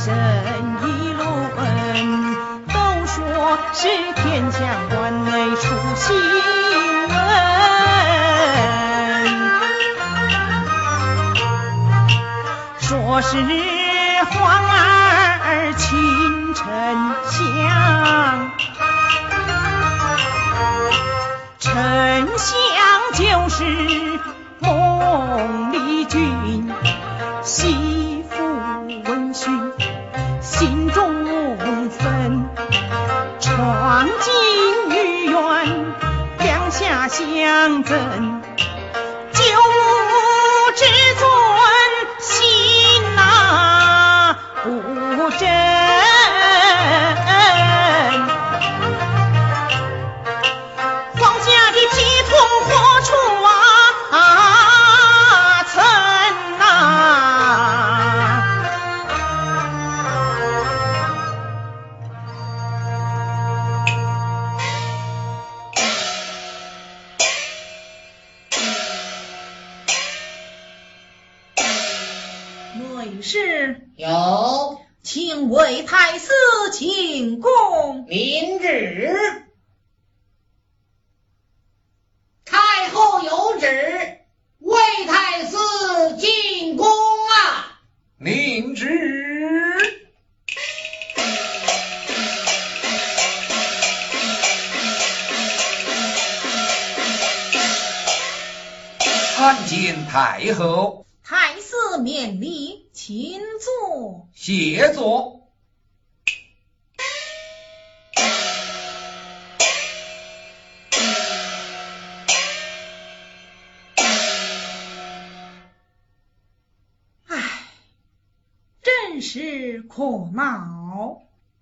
生议论，都说是天下关内出新闻，说是皇儿亲丞相，丞相就是孟丽君，媳妇闻讯心中愤，闯进御苑，两下相赠，就无至尊心哪不真。皇家的体统何处曾内侍有， 请为太师进宫。 领旨。太后有旨，为太师进宫啊！ 领旨。参见太后。 太师免礼，请坐。 谢座。 真是可恼。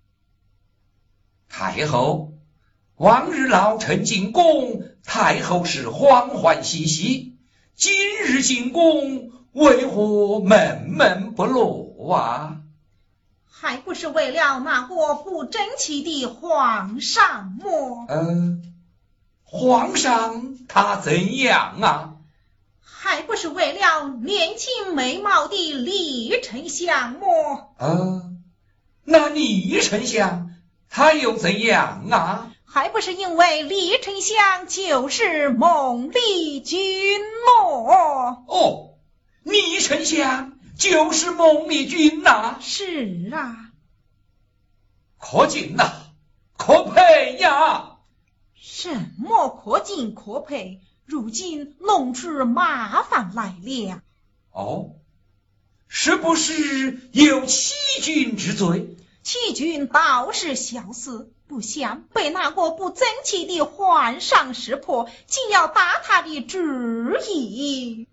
太后，往日老臣进宫，太后是欢欢喜喜，今日进宫，为何闷闷不乐啊？ 还不是为了那个不争气的皇上么？ 皇上他怎样啊？ 还不是为了年轻美貌的李丞相么？ 那李丞相他又怎样啊？ 还不是因为李丞相就是孟丽君么？ 哦，李丞相就是孟丽君呐？ 是啊。 可敬呐，可佩呀！ 什么可敬可佩？如今弄出麻烦来了。 哦，是不是有欺君之罪？ 欺君倒是小事，不想被那个不争气的皇上识破，竟要打他的主意。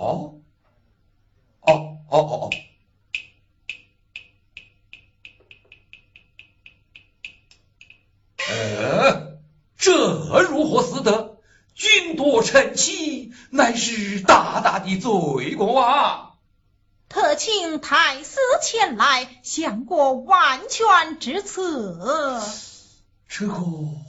这如何似得？君夺臣妻，乃是大大的罪过啊！ 特请太师前来，相国万全之策。 这个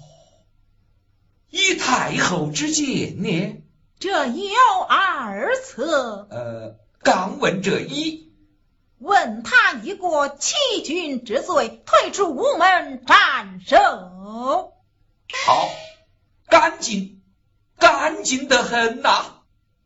以太后之见呢？ 这有二策。 刚问这一， 问他一个欺君之罪，退出午门斩首。 好，干净得很呐。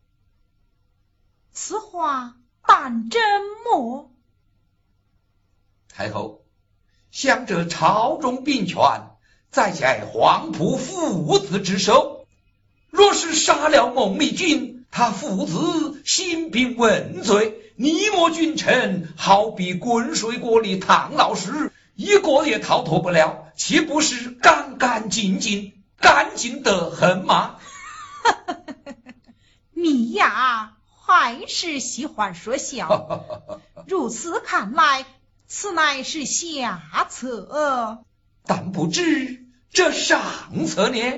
此话当真么？ 太后，想着朝中兵权，在在黄埔父子之手，若是杀了孟丽君，他父子兴兵问罪，你我君臣好比滚水锅里烫老师，一个也逃脱不了，岂不是干干净得很吗？ 你呀，还是喜欢说笑。如此看来，此乃是下策。 但不知这上策呢？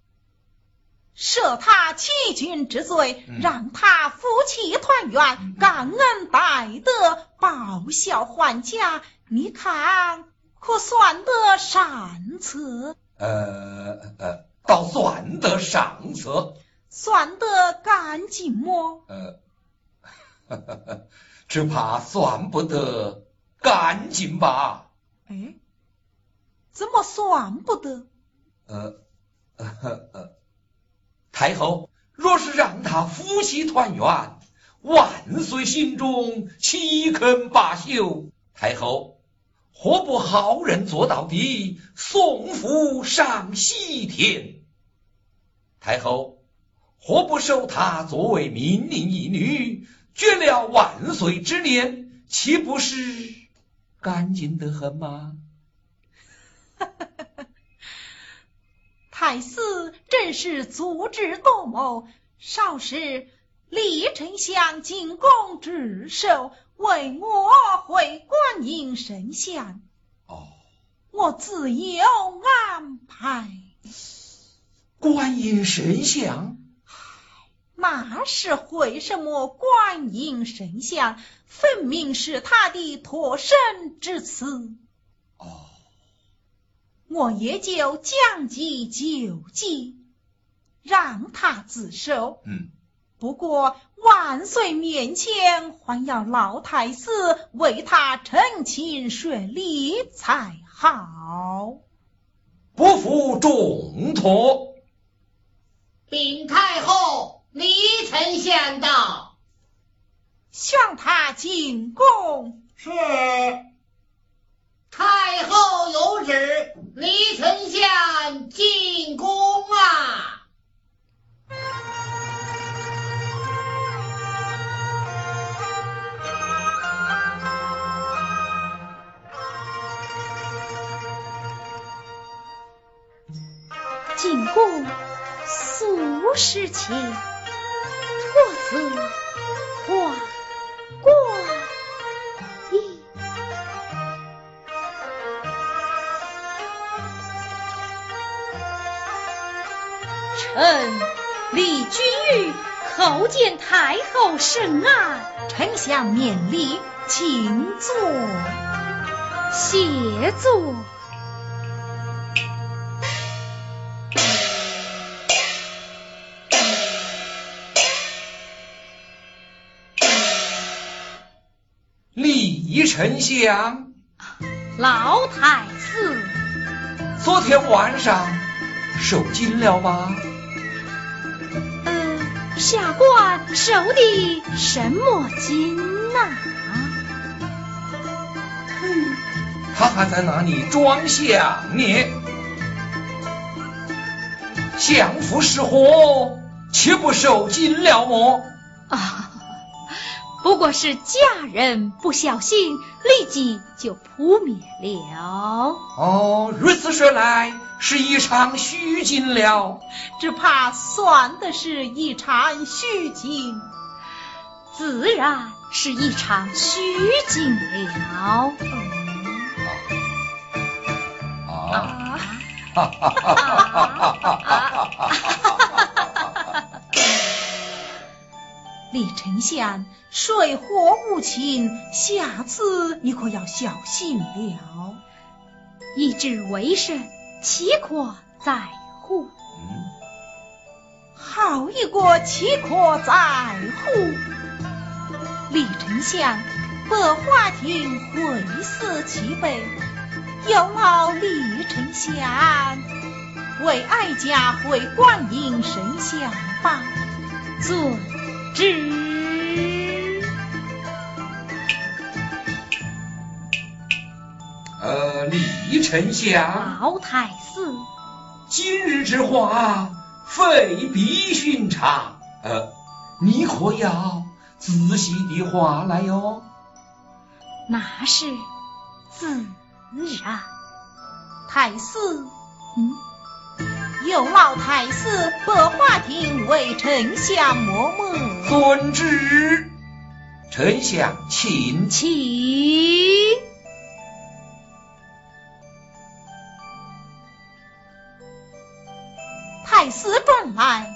赦他欺君之罪，让他夫妻团圆，感恩戴德，报效还家，你看可算得上策？ 倒算得上策。 算得干净么？ 只怕算不得干净吧？ 哎，怎么算不得？ 太后，若是让他夫妻团圆，万岁心中岂肯罢休？太后，何不好人做到底，送夫上西天？太后，何不收他作为命令一女，绝了万岁之念，岂不是干净得很吗？ 太师真是足智多谋，少时李丞相进宫致寿，为我回观音神像。我自有安排。 观音神像？ 那是会什么观音神像？分明是他的脱身之词。我也就将计就计，让他自首。不过万岁面前还要老太师为他澄清说理才好。 不负重托。 禀太后，李丞相到。 向他进宫。 是。太后有旨，李丞相进宫啊！ 进宫数十前，托字画观音。臣李君玉叩见太后圣安。 丞相免礼，请坐。 谢坐。 李丞相， 老太师， 昨天晚上受惊了吗？ 下官受的什么惊啊？ 他还在那里装相呢。相夫失火，岂不受惊了么？ 不过是家人不小心，立即就扑灭了。 如此说来，是一场虚惊了。 只怕算的是一场虚惊。 自然是一场虚惊了。 李丞相，水火无情，下次你可要小心了。 一至为甚，岂可在乎？ 好一个岂可在乎！李丞相，百花亭会死其辈，有劳李丞相为哀家回观音神像吧。 遵旨。 李丞相， 老太师， 今日之话非比寻常，你可要仔细地话来哟。 那是自然。 太师，有劳太师百花亭为丞相磨墨。 遵旨。丞相请。 太师传来，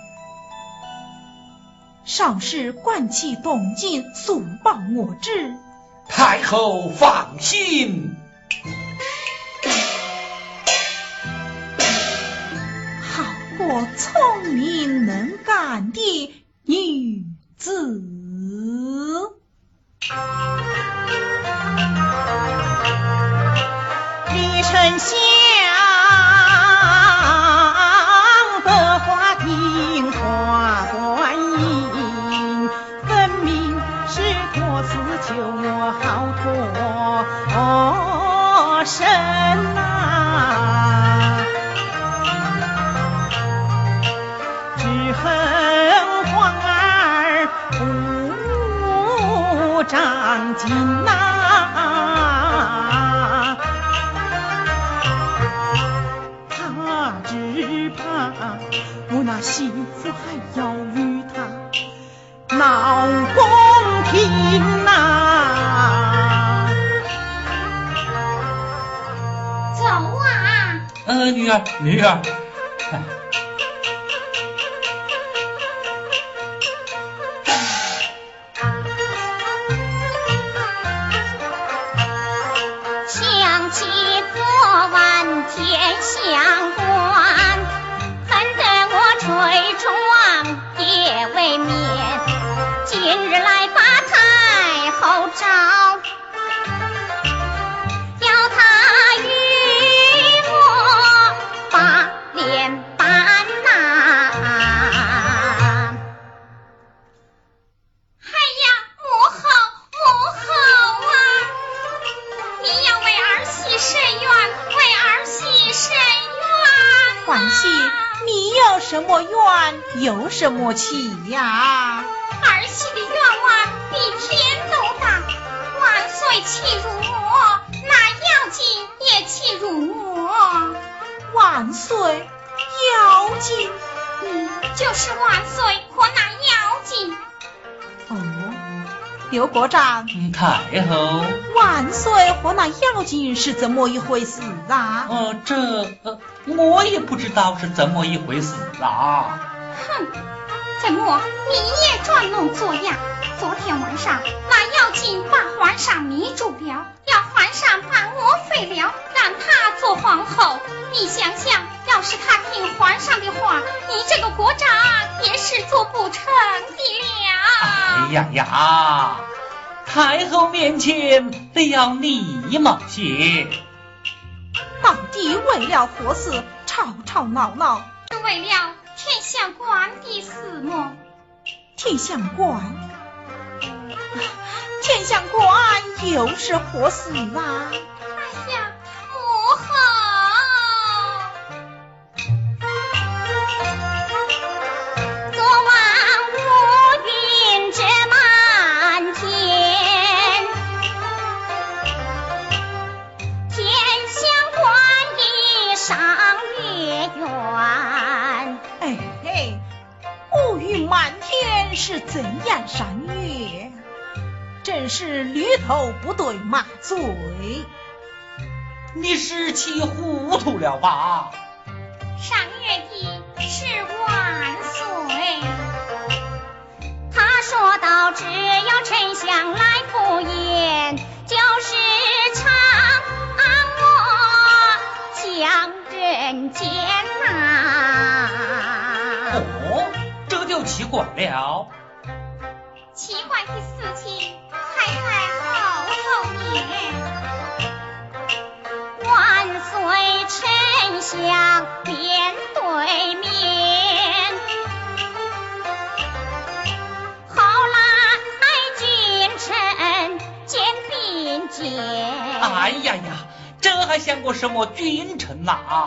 上士观其动静，速报我知。 太后放心。 好个聪明能干的女子。 丞相的花定花观音，分明是托死救我好脱身啊！只恨皇儿不长进呐，他只怕我那心腹还要与他闹宫廷呐。 走啊！ 女儿，女儿。 想起昨晚天相观，恨得我垂窗也未眠。今日来把太后召，要她与我把脸办呐。哎呀，母后啊！你要为儿媳伸冤，为儿媳伸冤欢喜，你有什么冤，有什么气呀？ 儿媳的冤枉比天都大，万岁欺辱我，那妖精也欺辱我。 万岁，妖精！ 就是万岁和那妖精。 哦，刘国长， 太后， 万岁和那妖精是怎么一回事啊？ 我也不知道是怎么一回事啊。 哼，怎么你也装聋作哑？昨天晚上那妖精把皇上迷住了，要皇上把我废了，让他做皇后。你想想，要是他听皇上的话，你这个国长也是做不成的了。 哎呀呀，太后面前得要礼貌些。 到底为了何事吵吵闹闹？ 是为了天相观的事么？ 天相观？天相观又是何事啊？ 哎呀，母后！昨晚乌云遮满天，天相观的上月圆。 哎嘿，乌云满天是怎样赏月？真是驴头不对马嘴。 你是气糊涂了吧？ 上月的是万岁，他说道只要丞相来赴宴，就是偿我将人间呐。 哦，这就奇怪了。 奇怪的事情还在后头呢。万岁丞相面对面，后来君臣肩并肩。 哎呀呀，这还像过什么君臣呐？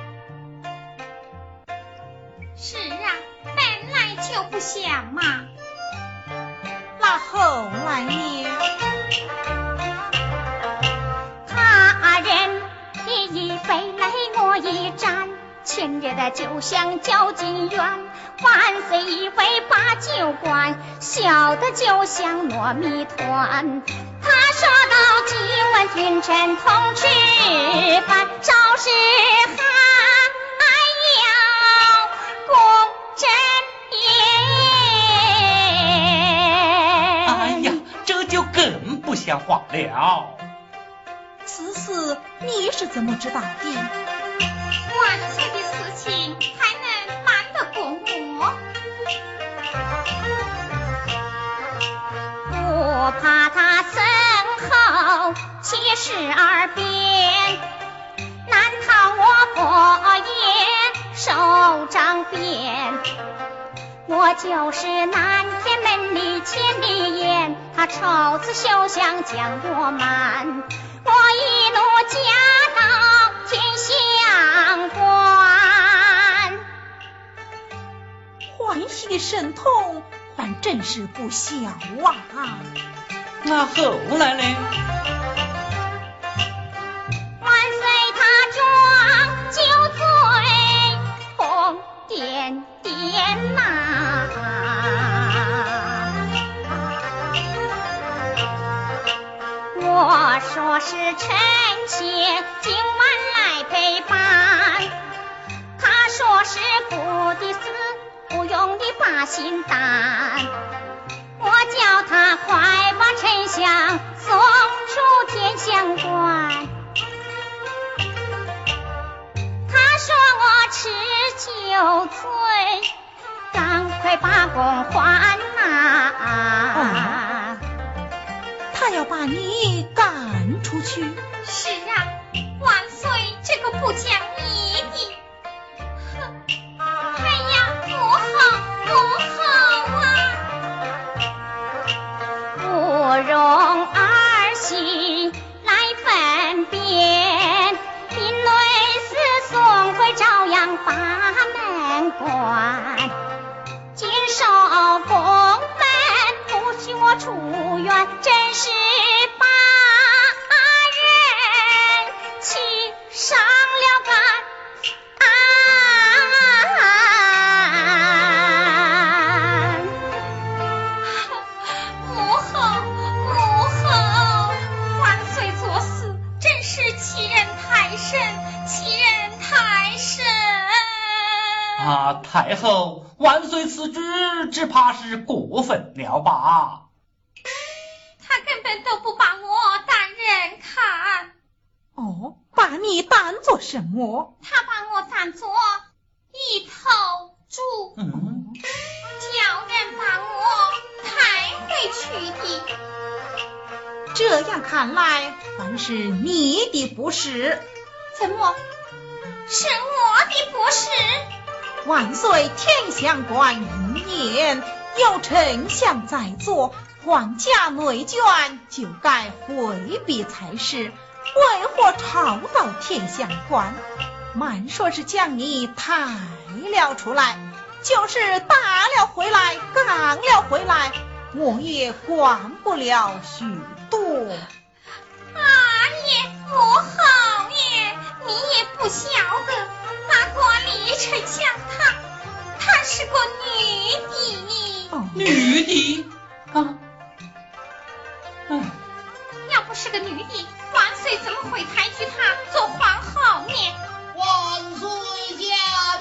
是啊，本来就不像嘛。 那后来呢？ 他人你一杯泪我一盏，前日的酒香交金元，万岁一回把酒灌，小的就像糯米团。他说到几问君臣同吃饭，少时还要共枕言。 哎呀，这就更不像话了。 此事你是怎么知道的？ 万岁的事情还能瞒得过我？我怕他身后妾室耳边， 就是南天门里千里眼，他抽刺休想将我瞒，我一怒驾到天相关。 欢喜的神童还真是不小啊！ 那后来呢？ 万岁他装酒醉疯癫癫呐，我说是臣妾今晚来陪伴，他说是不的死不用的把心担，我叫他快把丞相送出天相关。他说我吃酒醉，赶快把功还啊！ 他要把你赶出去。 是啊，万岁这个不讲义的，哎呀，不好不好啊！不容儿媳来分辨，因为是送回朝阳把门关，坚守宫门不许我出院，真是把人气伤了肝母后母后，万岁作死，真是欺人太甚，欺人太甚啊，太后，万岁此举只怕是过分了吧？ 他根本都不把我当人看。 哦，把你当作什么？ 他把我当作一头猪，叫人把我抬回去的。 这样看来，还是你的不是。 怎么是我的不是？ 万岁天相关一年，有丞相在座，皇家内眷就该回避才是，为何吵到天相关？满说是将你抬了出来，就是打了回来，赶了回来，我也管不了许多。 爷，母后爷，你也不晓得，那个李丞相她是个女的。 女的啊？ 要不是个女的，万岁怎么会抬举她做皇后呢？ 万岁驾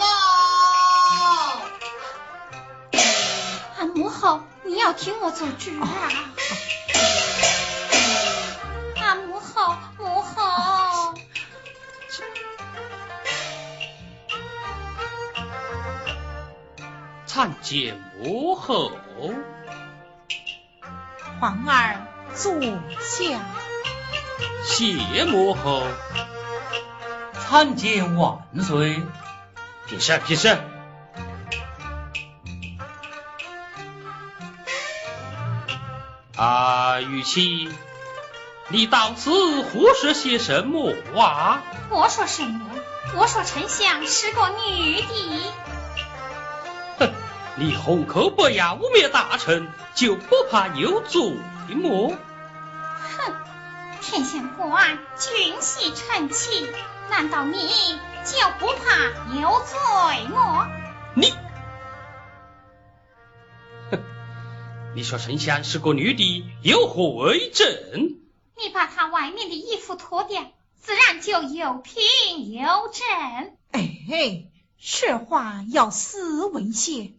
到！ 母后，你要听我做主啊！母后，母后。 参见母后。 皇儿坐下。 谢母后。 参见万岁。 平身，平身。玉妻，你到此胡说些什么啊？ 我说什么？我说丞相是个女的。 哼，你红口不要污蔑大臣，就不怕有罪么？ 哼，天相官君系臣妻，难道你就不怕有罪么？ 你说丞相是个女的，有何为证？ 你把她外面的衣服脱掉，自然就有凭有证。 哎，说话要斯文些。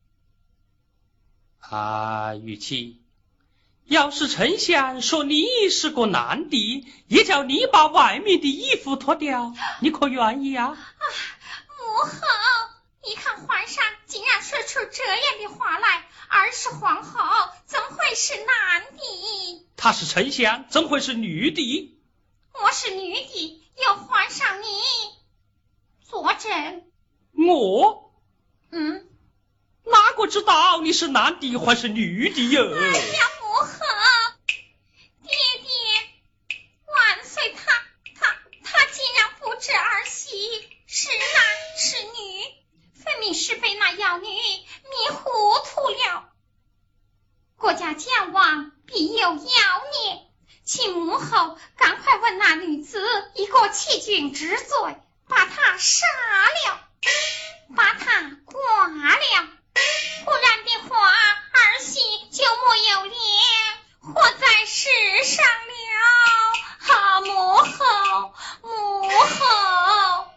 玉妻，要是丞相说你是个男的，也叫你把外面的衣服脱掉，你可愿意啊？ 母后，你看皇上竟然说出这样的话来，而是皇后怎会是男的？ 她是丞相怎会是女的？ 我是女的，有皇上你作证。 哪个知道你是男的还是女的哟？ 哎呀，母后，爹爹，万岁他竟然不知儿媳是男是女，分明是被那妖女迷糊涂了。国家将亡，必有妖孽，请母后赶快问那女子一个欺君之罪，把她杀了，把她剐了，不然的话，儿媳就没有脸活在世上了。好，母后，母后，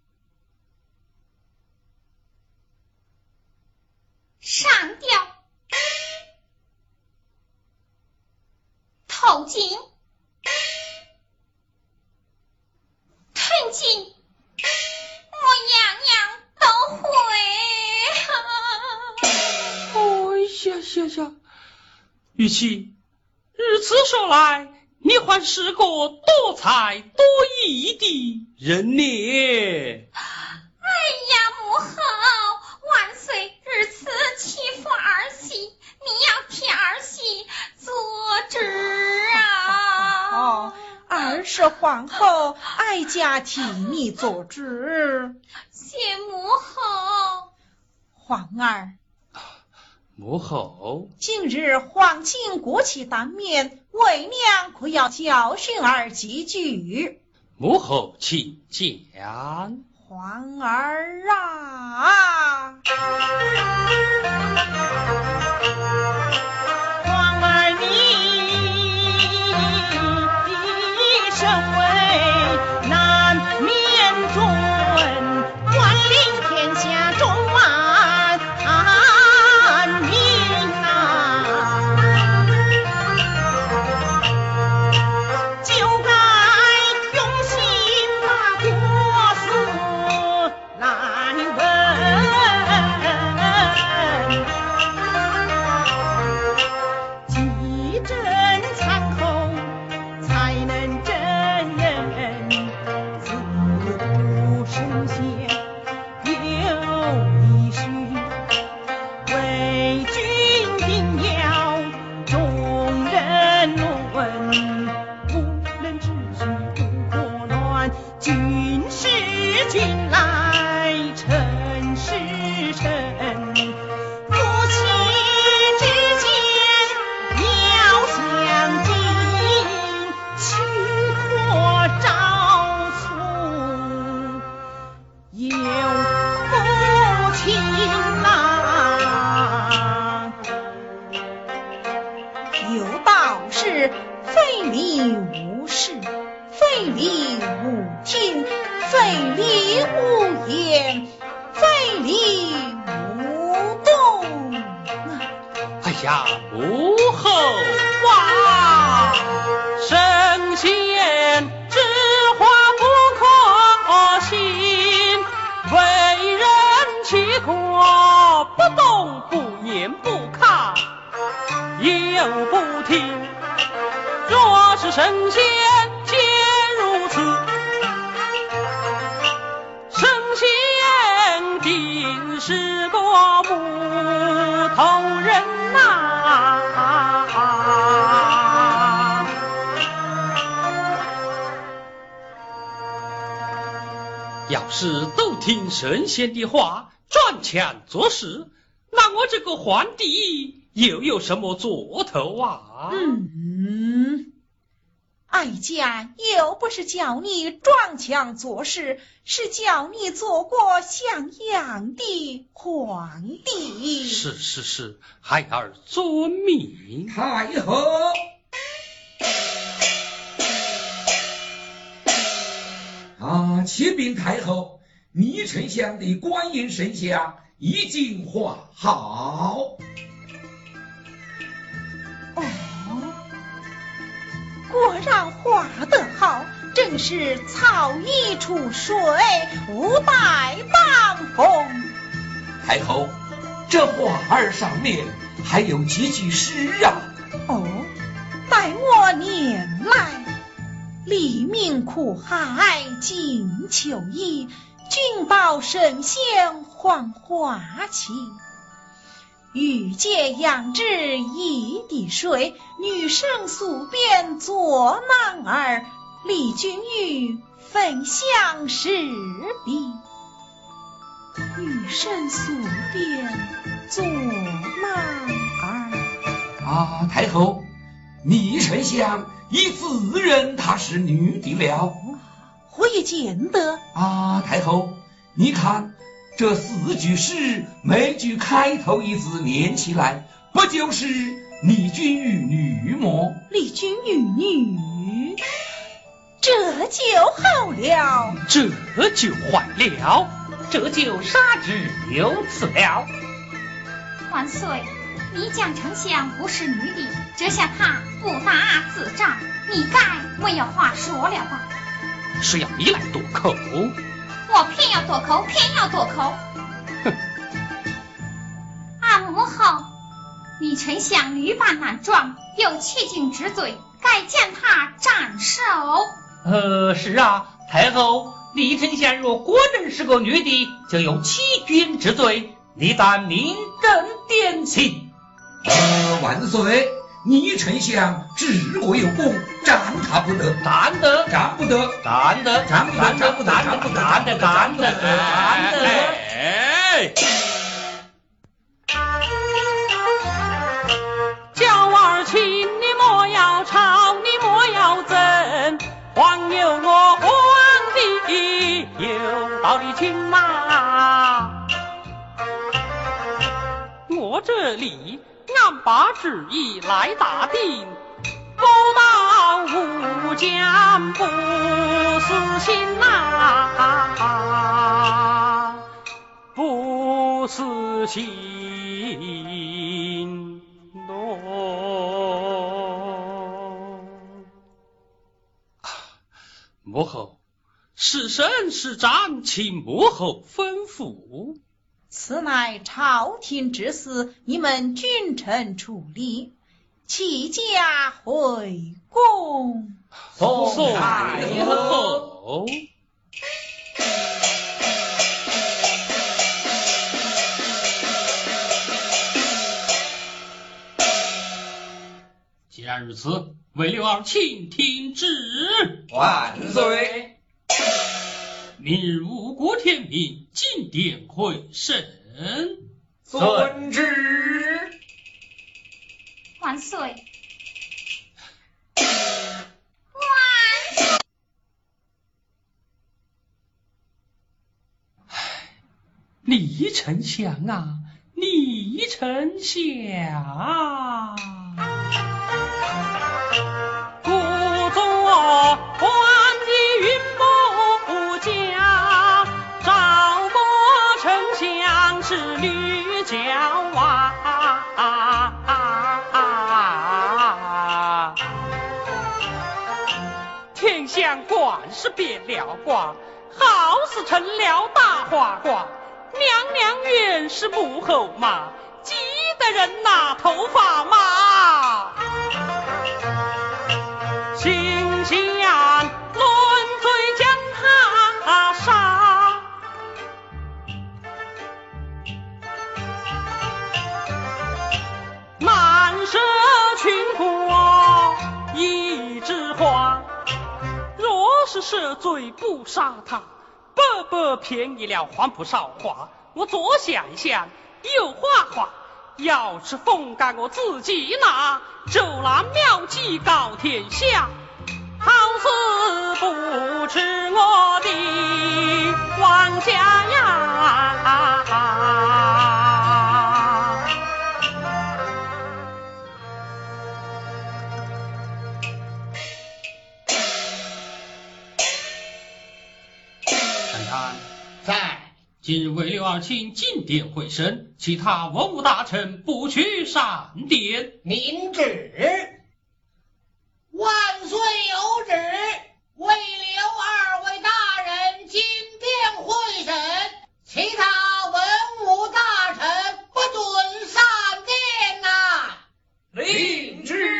上吊，头巾，臀巾，我样样都会。 呀，玉琪，如此说来，你还是个多才多艺的人呢。 哎呀，母后，万岁如此欺负儿媳，你要替儿媳做主啊！ 儿是皇后，哀家替你做主。 谢母后。 皇儿， 母后， 今日皇亲国戚当面，为娘可要教训儿几句。 母后请讲。 皇儿啊，皇儿你身为南面尊，管理天下中万民啊，就该用心把国事来问，机真参口才能真人，自古圣贤有一训，为君定要众人论，无人秩序不可乱，君是君来臣是臣，夫妻之间要相敬，取托照促，有父亲呐，有道是非礼勿视，非礼勿听，非礼勿言，非礼勿动啊！ 哎呀，母后哇，圣贤之话不可信，为人弃国，不动不言不看，又不听。若是圣贤皆如此，圣贤定是个木头人呐。要是都听圣贤的话，转强做事，那我这个皇帝又有什么做头啊？ 哀家又不是叫你装腔作势，是叫你做个像样的皇帝。 是，孩儿遵命。 太后，启禀太后，逆丞相的观音圣像已经画好。 果然画得好，真是草一出水，无带当风。 太后，这画儿上面还有几句诗啊。 待我念来。黎明苦海尽秋意，君报圣贤黄花期。 欲借养之一滴水，女生宿便作男儿，李君玉分享势必。女生宿便作男儿太后，你丞相已自认她是女的了。 我也见得。 太后，你看这4句诗，每句开头一字念起来，不就是李君玉女么？ 李君玉女，这就好了。 这就坏了，这就杀之有此了。 万岁，你蒋丞相不是女的，这下他不打自仗，你该没有话说了吧？ 是要你来夺口？ 我偏要夺口，偏要夺口。 哼！ 母后，李丞相屡犯难状，有欺君之罪，该将他斩首。 是啊，太后，李丞相若果真是个女的，就有欺君之罪，你但明正点情。 万岁，你丞相治国有功，斩他不得， 斩得， 斩不得， 斩得， 斩不得，斩不得，斩不得， 斩得，斩得，斩得。 娇儿亲，你莫要吵，你莫要争，皇有我皇帝有道理亲嘛。我这里按把旨意来打定，勾当无将不死心呐，不死心母后，是胜是战，请母后吩咐。 此乃朝廷之事，你们君臣处理，弃驾回宫。 宋太后。既然如此，为刘儿请听旨。 万岁。 明日五国天明，进殿会审。 遵旨。 万岁。 李丞相啊，李丞相，故作皇帝云不假，赵国丞相是吕教天相官是变了卦，好似成了大花卦。娘娘原是母后嘛，急得人拿头发嘛。心想论罪将他杀，满舍群国一枝花。若是赦罪不杀他，白白便宜了黄埔少华。我左想一想，右画画，要是风干我自己拿，周郎妙计告天下，好似不吃我的王家呀。看看在今日为刘二卿进殿会审，其他文武大臣不去上殿。 明旨，万岁有旨，为刘二位大人进殿会审，其他文武大臣不准上殿呐。 领旨。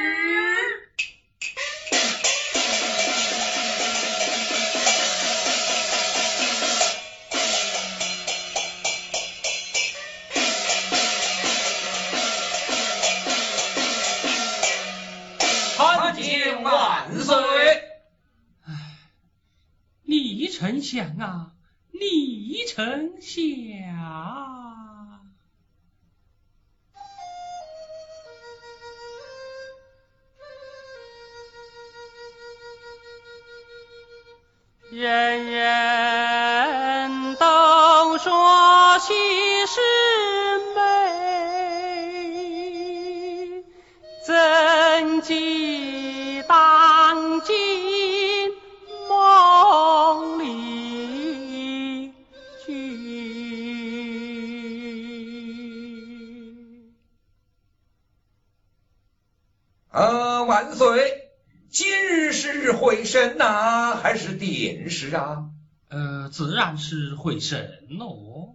丞相啊，李丞相。人人都说昔是美，怎记当今梦里君。 万岁！今日是会审呐，还是殿试啊？ 自然是会审哦。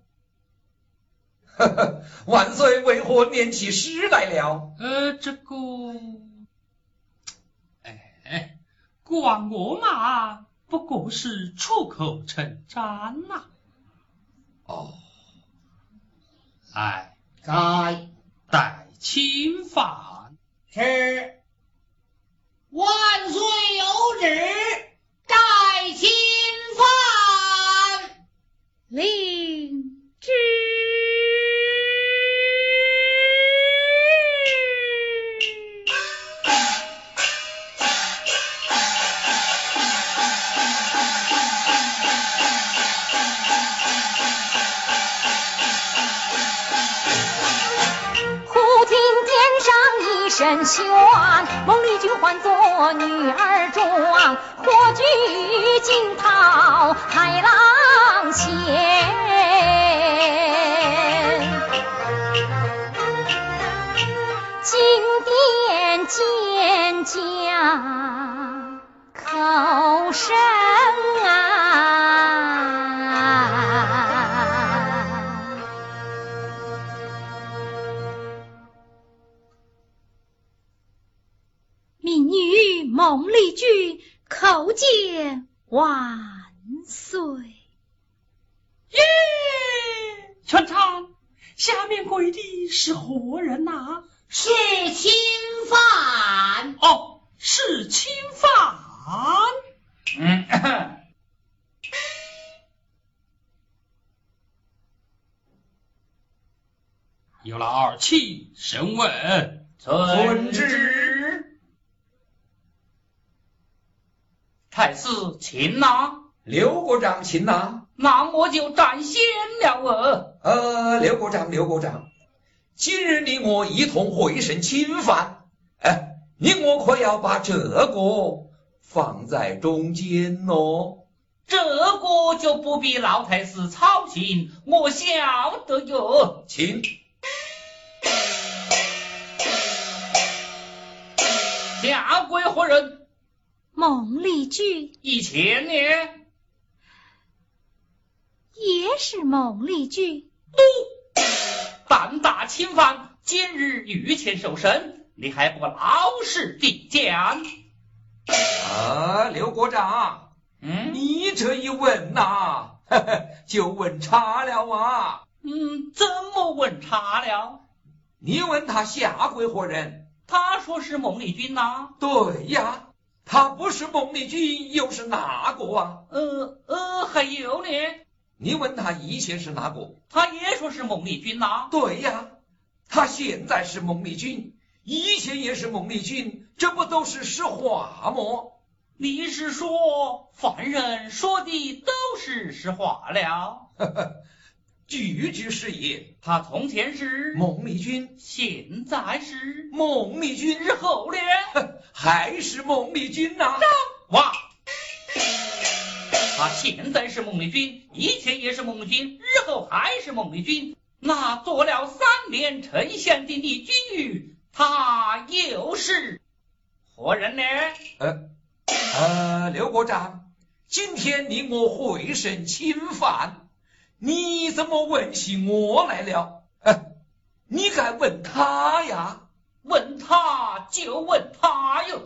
万岁为何念起诗来了？ 管我嘛，不过是出口成章呐。 在待钦犯。 是。万岁有旨，待钦犯。 领旨。 身选，孟丽君唤作女儿庄，火炬惊涛海浪掀，金殿蒹葭口声民女孟丽君叩见万岁。 耶！全场，下面跪的是何人呐？ 是钦犯。 哦，是钦犯。有了二气审问。 遵旨。 太师请呐。 刘国长请呐。 那我就占先了。 刘国长，今日你我一同会审钦犯，你我可要把这个放在中间哦。 这个就不必老太师操心，我晓得哟。 请。 下跪何人？ 孟丽君。 以前呢？ 也是孟丽君。 胆大侵犯，今日御前受审，你还不老实地讲？ 刘国长，你这一问呐，就问差了啊。 怎么问差了？ 你问他下跪何人？ 他说是孟丽君呐。 对呀，他不是孟丽君又是哪个啊？ 还有呢？ 你问他以前是哪个？ 他也说是孟丽君呐。 对呀，他现在是孟丽君，以前也是孟丽君，这不都是实话吗？ 你是说犯人说的都是实话了？ 句句是也。 他从前是孟丽君， 现在是孟丽君， 日后呢？ 还是孟丽君呐。 哇！他现在是孟丽君，以前也是孟丽君，日后还是孟丽君。那做了3年丞相的李君玉，他又是何人呢？ 刘国长，今天你我会审钦犯，你怎么问起我来了？你该问他呀。 问他就问他哟。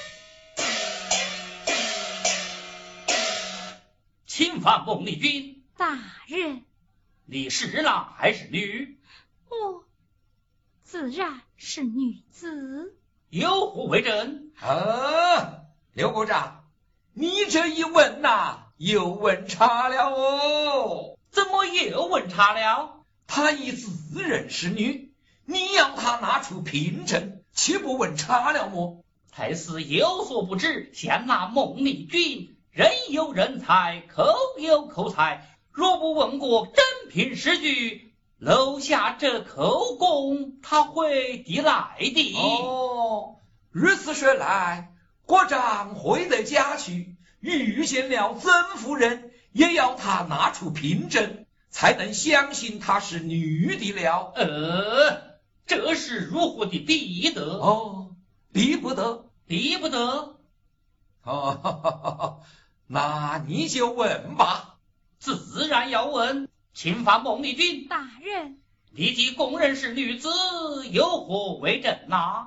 侵犯孟丽君。 大人， 你是男还是女？ 我自然是女子。 有何为证？ 刘国长，你这一问呐， 又问差了哦。 怎么又问差了？ 他已自认是女，你要他拿出凭证，岂不问差了么？ 太师有所不知，先拿孟丽君，人有人才，口有口才，若不问过真凭实据，楼下这口供他会抵来的。 哦，如此说来，国丈会得家去，遇见了曾夫人，也要他拿出凭证，才能相信她是女的了。 这是如何的逼得？ 哦，逼不得， 逼不得。 哦，那你就问吧。 自然要问。侵犯孟丽君大人， 立即供认是女子，有何为证呐？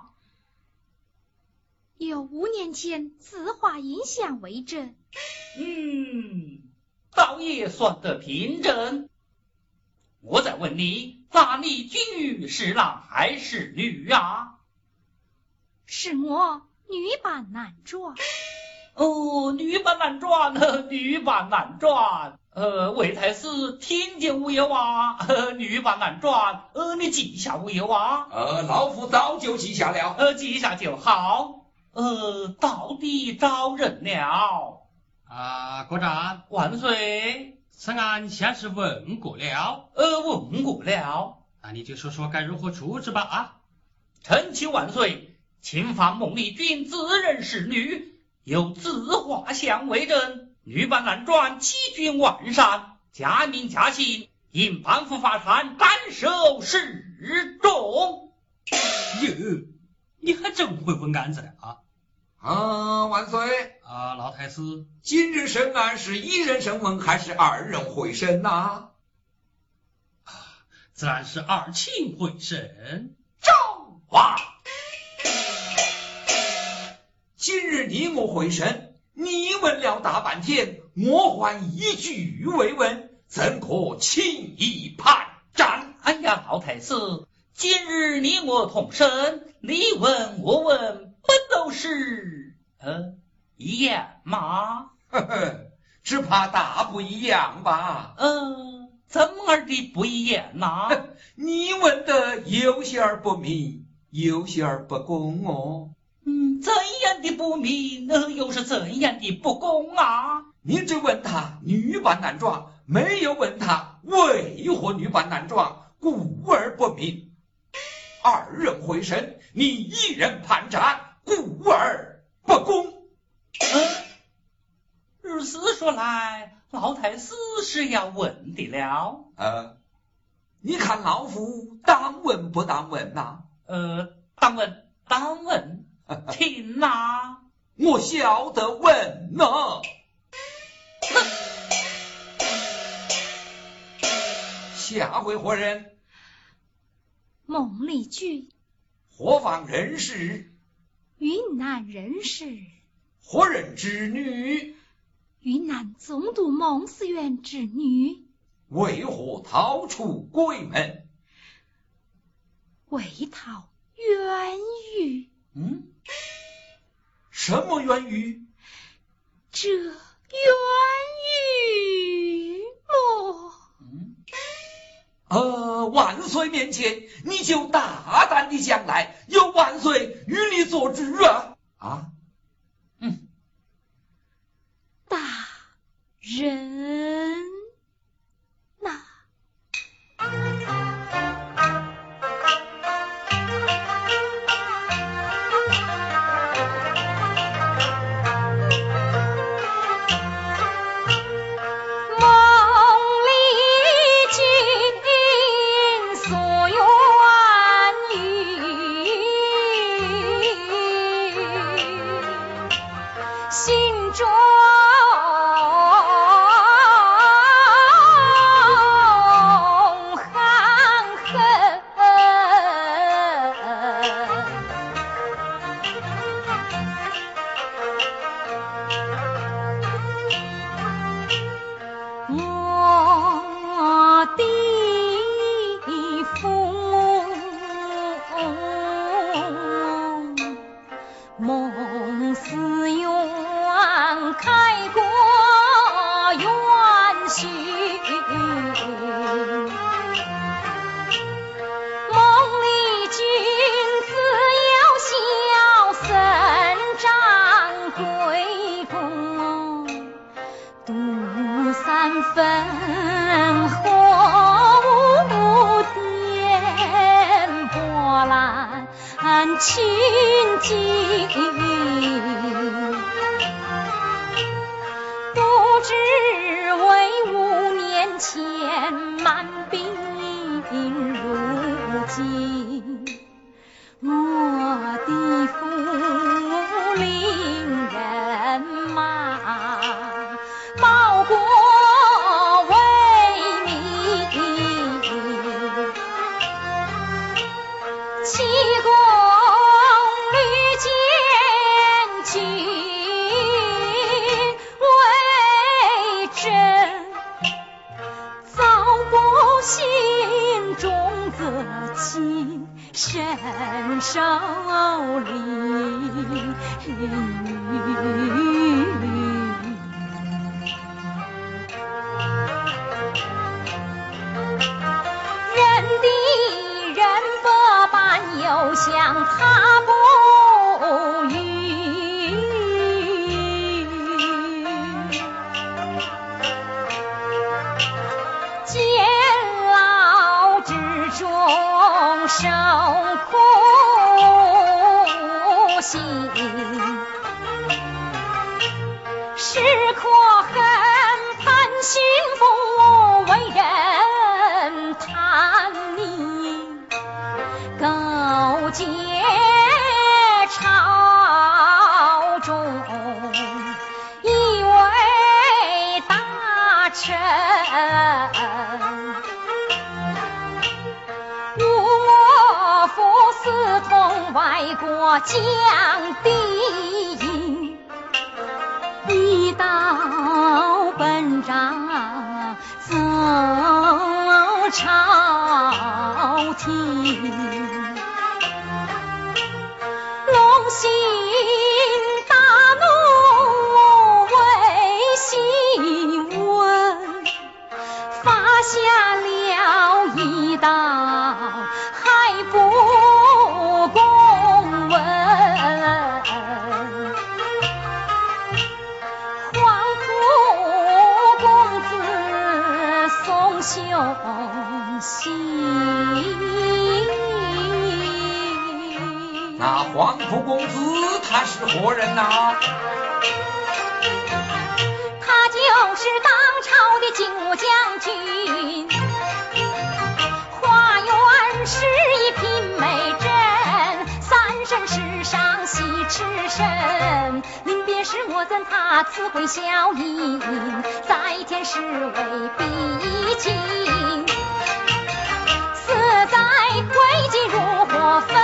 有5年前字画影像为证。 倒也算得凭证。我再问你，那丽君是男还是女啊？ 是我女扮男装。 女扮男装，女扮男装。魏太师听见无有啊？女扮男装，你记下无有啊？ 老夫早就记下了。 记下就好。到底招认了。 国丈万岁。 此案先是问过了。 问过了。 那你就说说该如何处置吧啊？ 臣启万岁，侵犯孟丽君自认是女，有字画像为证，女扮男装，欺君罔善，加名加刑，应颁布法坛，斩首示众。 你还真会问案子的啊？ 万岁。 老太师， 今日审案是1人审问还是2人会审呐？ 自然是2卿会审。 正话。今日你我会审，你问了大半天，我还一句未问，怎可轻易判斩？ 哎呀，老太师，今日你我同审，你问我问，不都是一样吗？ 只怕大不一样吧。 怎么的不一样呢？ 你问的有些儿不明，有些儿不公哦。 怎样的不明，又是怎样的不公啊？ 你只问他女扮男装，没有问他为何女扮男装，故而不明。2人会审，你1人判斩，故而不公。 如此说来，老太师是要问的了。 你看老夫当问不当问呐？ 当问，请呐。 我晓得问呐。下回何人？ 孟丽君。 何方人士？ 云南人士。 何人之女？ 云南总督孟思远之女。 为何逃出鬼门？ 为讨冤狱。 什么冤狱？ 这冤狱万岁面前，你就大胆的讲来，有万岁与你做主啊！ 大人呐。 孟思远开烽火无颠波澜群惊，不知为5年前满兵如今，我的福临人马，报国为民，齐公屡建军为真，造国心中则亲身受礼。人敌人百般，又向他不语，监牢之中受苦心，时刻恨盼心腹为人贪溺，勾结朝中以为大臣，误我父私同外国将敌营，一道本章奏朝廷，龙心大怒为新闻，发下了一道还不公文，黄埔公子送兄信。 那黄埔公子他是何人呐？ 他就是当朝的精武将军，花园是一品美珍，三生石上喜赤身，临别时我赠他词汇笑吟，在天是为必经，死在灰烬如火焚，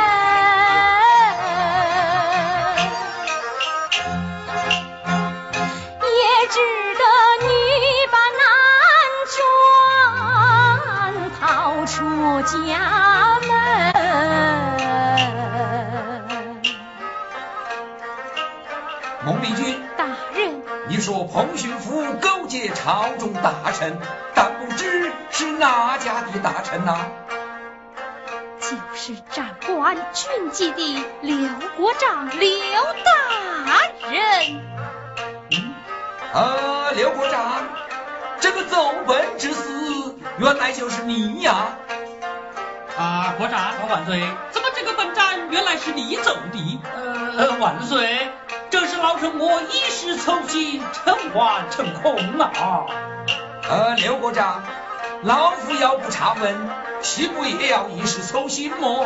也只得女把难转，逃出家门。 孟丽君， 大人， 你说彭巡抚勾结朝中大臣，但不知是哪家的大臣呐？ 就是掌管军纪的刘国长刘大人。 刘国长，这个奏本之事原来就是你呀！ 国长万岁，怎么这个本章原来是你奏的？万岁，正是老臣我一时凑心，诚惶诚恐啊！ 刘国长，老夫要不差分，岂不也要一时凑心么？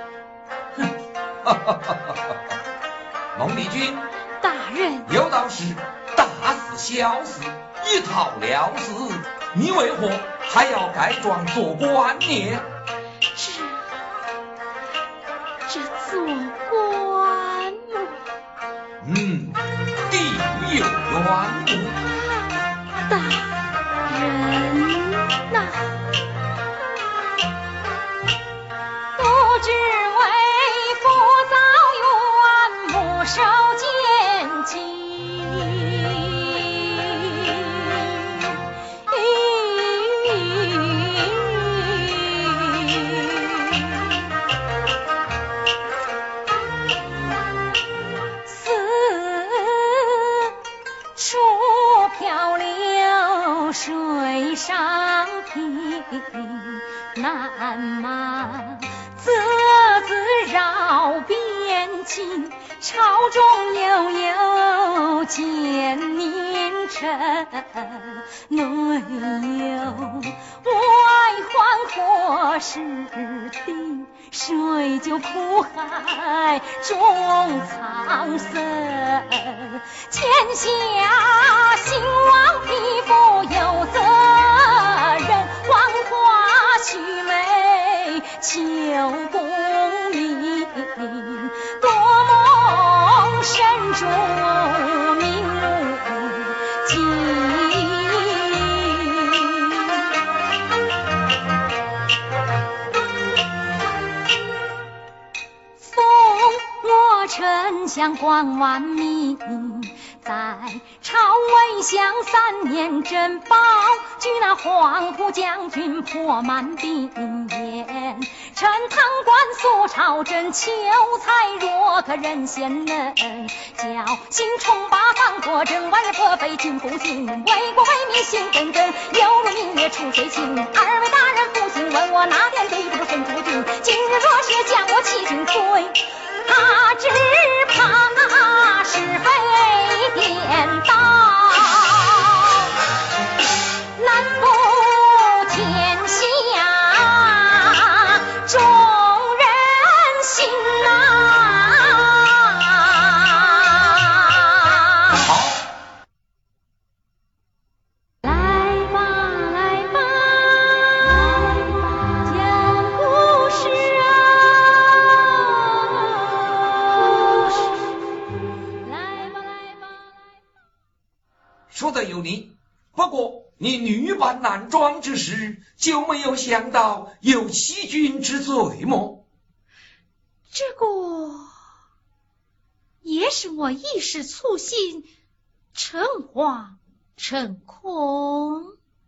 孟丽君， 大人， 有道是大事小事一套了事，你为何还要改装做官呢？ 这做官定有缘故。 大人呐，不知为父早远母受奸计，出漂流水上平，南马泽子绕边境，朝中悠悠见宁臣，内有外患祸事定，水就苦海中苍生，天下兴亡匹夫有责任，黄花须眉求功名，多梦深中明目睛。丞相光万民，在朝魏相3年征保，举那黄埔将军破满兵言，陈塘关苏朝珍，求才若可任贤能，叫新冲八方国政，万日破非君不行，为国为民心耿耿，犹如明月出水清。二位大人不信问我，哪点对不顺主君？今日若是将我弃军退，他只怕是非颠倒，难不天下众人心呐。 好， 来吧来吧，讲故事啊，来吧来吧。 说的有理，不过你女扮男装之时，就没有想到有欺君之罪么？ 这个也是我一时粗心，诚惶诚恐。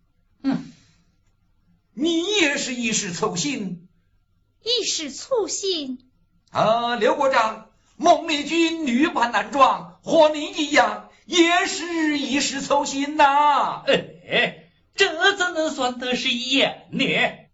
你也是一时粗心。 一时粗心， 刘国长，孟丽君女扮男装，和你一样，也是一时粗心呐。 这怎能算得是一样呢？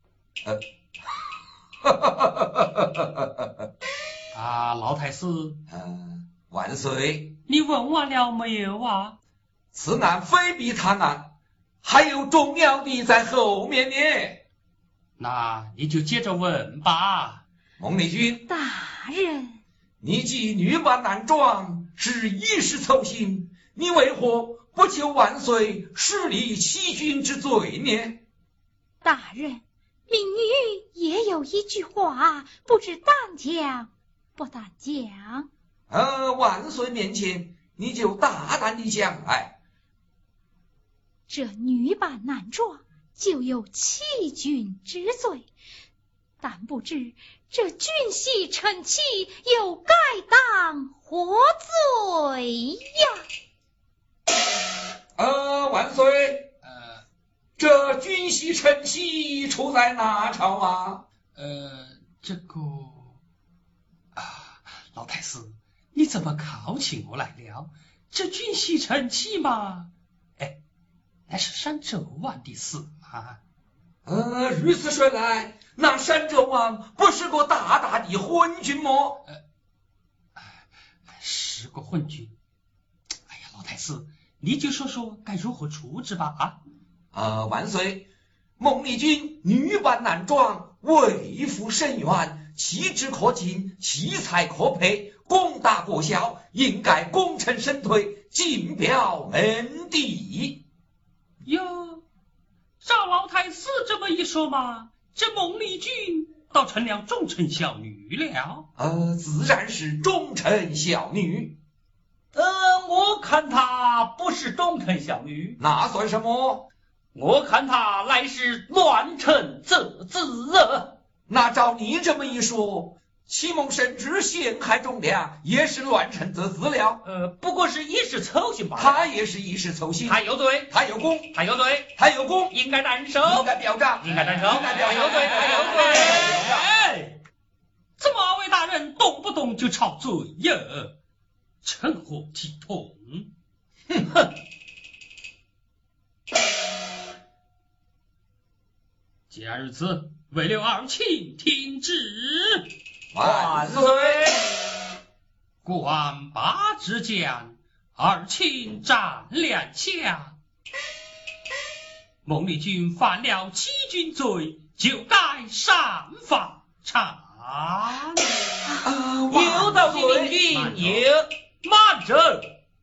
老太师， 万岁， 你问完了没有啊？ 此案非比他案，还有重要的在后面呢。 那你就接着问吧。 孟丽君， 大人， 你既女扮男装，是一时粗心，你为何不求万岁xử理欺君之罪呢？ 大人，民女也有一句话，不知当讲不当讲。 万岁面前，你就大胆地讲来。 这女扮男装，就有欺君之罪，但不知这君系臣妻又该当何罪呀？ 万岁，这君系臣妻出在哪朝啊？ 这个老太师，你怎么考起我来了？这君系臣妻嘛，那是山纣王的事嘛。 如此说来，那山纣王不是个大大的昏君么？ 是个昏君。哎呀，老太师，你就说说该如何处置吧。 万岁，孟丽君女扮男装，为父深远，气质可敬，奇才可佩，功大过小，应该功成身退，进表门第。 哟，照老太师这么一说嘛，这孟丽君倒成了忠臣孝女了。 自然是忠臣孝女。 我看她不是忠臣孝女， 那算什么？ 我看她乃是乱臣贼子。 那照你这么一说，启蒙深知陷害忠良，也是乱臣贼子了。 不过是一时粗心罢了。 他也是一时粗心， 他有罪， 他有功， 他有罪， 他有功， 应该斩首， 应该表彰， 应该斩首， 应该表彰， 有罪，他有罪。怎么二位大人动不动就吵嘴呀？成何体统？ 哼！ 然如此，为了二卿听旨。 万岁！ 管拔之将，二卿斩两下。孟丽君犯了欺君罪，就该上法场。 有道是明君也，慢着。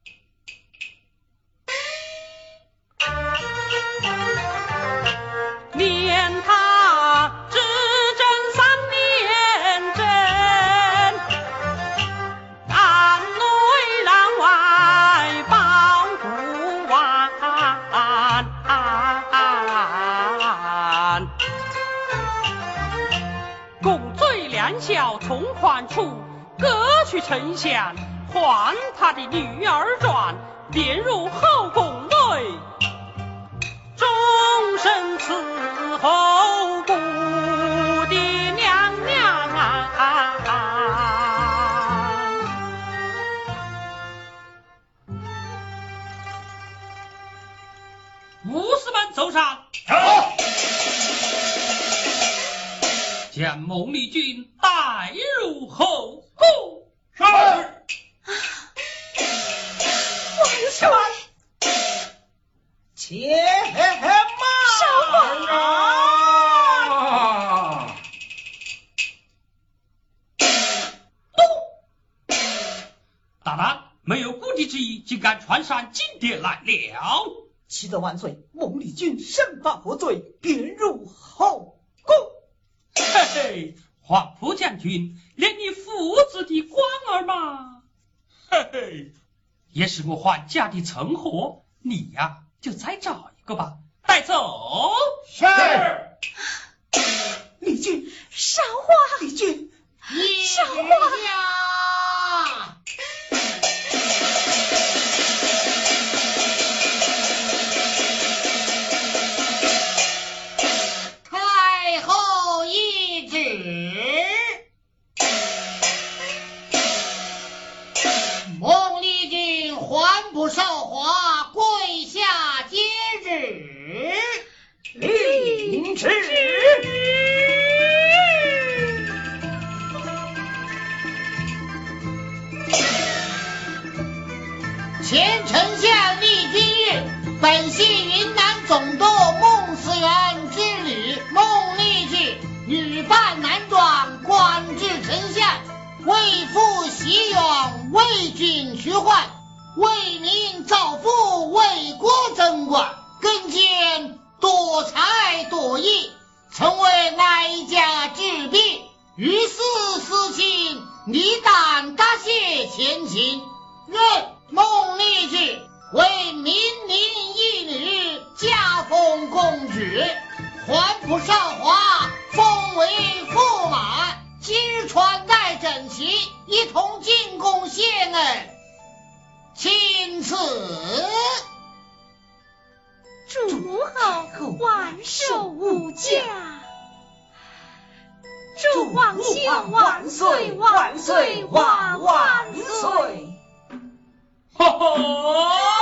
念他执政3年整，安内攘外保不完。共罪两小从宽处，各取丞相，还他的女儿传，便入后宫内，终身伺候故的娘娘武士们走上，将孟丽君带入后宫。 是。 万岁！ 且慢啊！ 大胆，没有故敌之意，竟敢穿上金殿来了！ 启奏万岁，孟丽君身犯何罪，便入后宫。 嘿嘿，黄埔将军连你父子的官儿吗？嘿嘿，也是我还家的存货，你呀就再找一个吧，带走。 是。丽君， 少华， 丽君， 少华。 太后懿旨，孟丽君还不少华，跪下接旨。 领旨。 前丞相李君日本系云南总督孟思源之女孟丽君，女扮男装，官至丞相，为父袭远，为君徐焕，为民造福，为国争光，更兼多才多艺，成为哀家之弊，于是私心，理当答谢前情，任孟丽君为民宁义女，加封公主，还不少华，封为驸马。今日穿戴整齐，一同进宫谢恩，钦此。 祝母后万寿无疆，祝皇兄万岁万岁万万岁！ 哈哈。